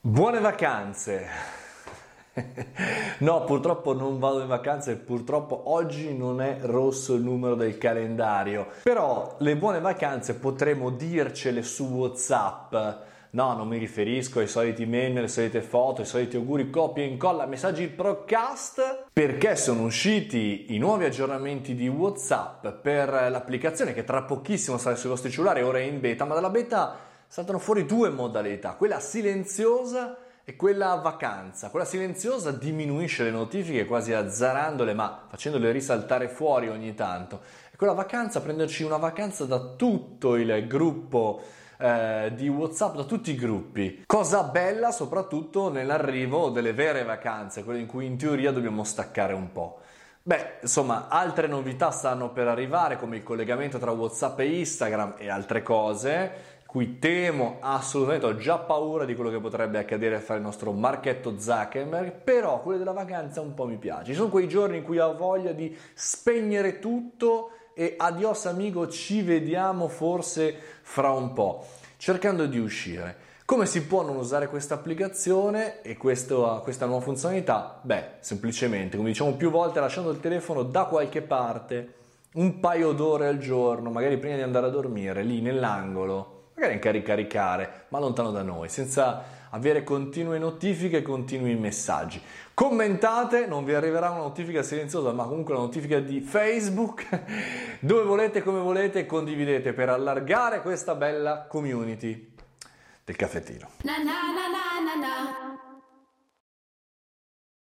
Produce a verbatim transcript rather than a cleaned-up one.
Buone vacanze! No, purtroppo non vado in vacanza e purtroppo oggi non è rosso il numero del calendario. Però le buone vacanze potremo dircele su WhatsApp. No, non mi riferisco ai soliti meme, alle solite foto, ai soliti auguri, copia e incolla, messaggi broadcast, perché sono usciti i nuovi aggiornamenti di WhatsApp per l'applicazione che tra pochissimo sarà sui vostri cellulari, ora è in beta, ma dalla beta saltano fuori due modalità, quella silenziosa e quella vacanza. Quella silenziosa diminuisce le notifiche quasi azzarandole, ma facendole risaltare fuori ogni tanto. E quella vacanza, prenderci una vacanza da tutto il gruppo eh, di WhatsApp, da tutti i gruppi. Cosa bella soprattutto nell'arrivo delle vere vacanze, quelle in cui in teoria dobbiamo staccare un po'. Beh, insomma, altre novità stanno per arrivare, come il collegamento tra WhatsApp e Instagram e altre cose, cui temo assolutamente, ho già paura di quello che potrebbe accadere a fare il nostro Marchetto Zuckerberg, però quello della vacanza un po' mi piace. Ci sono quei giorni in cui ho voglia di spegnere tutto e adios amico, ci vediamo forse fra un po', cercando di uscire. Come si può non usare questa applicazione e questo, questa nuova funzionalità? Beh, semplicemente, come diciamo più volte, lasciando il telefono da qualche parte, un paio d'ore al giorno, magari prima di andare a dormire, lì nell'angolo, magari anche a ricaricare, ma lontano da noi, senza avere continue notifiche e continui messaggi. Commentate, non vi arriverà una notifica silenziosa, ma comunque una notifica di Facebook, dove volete, come volete, condividete per allargare questa bella community del caffettino. Na na na na na na.